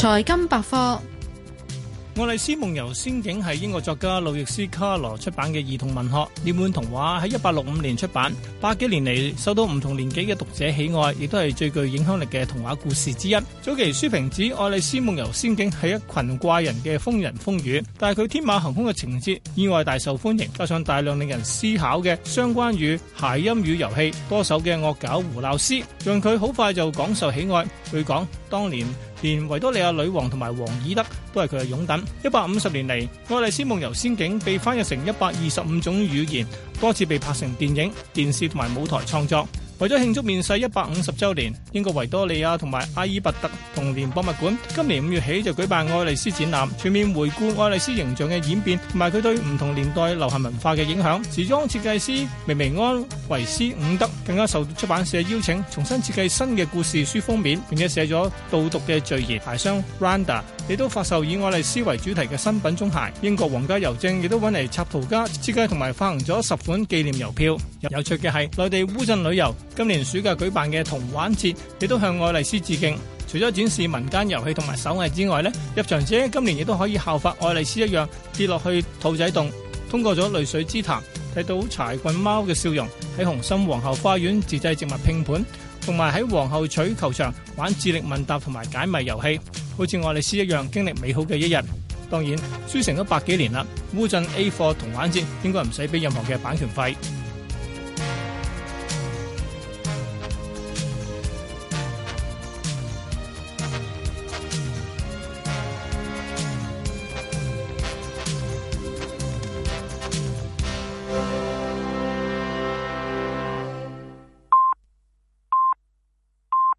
財金百科。 愛麗絲夢遊仙境係英國作家路易斯卡羅出版嘅兒童文學，呢本童話喺1865年出版，100幾年嚟受到唔同年紀嘅讀者喜愛，亦都係最具影響力嘅童話故事之一。早期書評指愛麗絲夢遊仙境係一群怪人嘅瘋人瘋語，但係佢天馬行空嘅情節意外大受歡迎，加上大量令人思考嘅相關語、諧音語遊戲、多首嘅惡搞胡鬧詩，讓佢好快就廣受喜愛。據講當年連維多利亞女王同埋王爾德都係佢嘅擁躉。150年嚟，愛麗絲夢遊仙境被翻譯成125種語言，多次被拍成電影、電視同埋舞台創作。為咗慶祝面世150週年，英國維多利亞同埋阿爾伯特童年博物館今年5月起就舉辦愛麗絲展覽，全面回顧愛麗絲形象嘅演變同埋佢對唔同年代流行文化嘅影響。時裝設計師薇薇安維斯伍德更加受出版社邀請，重新設計新嘅故事書封面，並且寫咗導讀嘅序言。鞋商 Randa 亦都發售以愛麗絲為主題嘅新品種鞋。英國皇家郵政亦都揾嚟插圖家設計同埋發行咗10款紀念郵票。有趣嘅係，內地烏鎮旅遊今年暑假舉辦嘅童玩節亦都向愛麗絲致敬。除咗展示民間遊戲同埋手藝之外呢，入場者今年亦都可以效法愛麗絲一樣跌落去兔仔洞，通過咗淚水之潭睇到柴郡貓嘅笑容，喺紅心皇后花園自製植物拼盤，同埋喺皇后取球場玩智力問答同埋解謎遊戲，好似愛麗絲一樣經歷美好嘅一日。當然書成咗100幾年啦，烏鎮 A 貨童玩節應該唔使俾任何嘅版權費。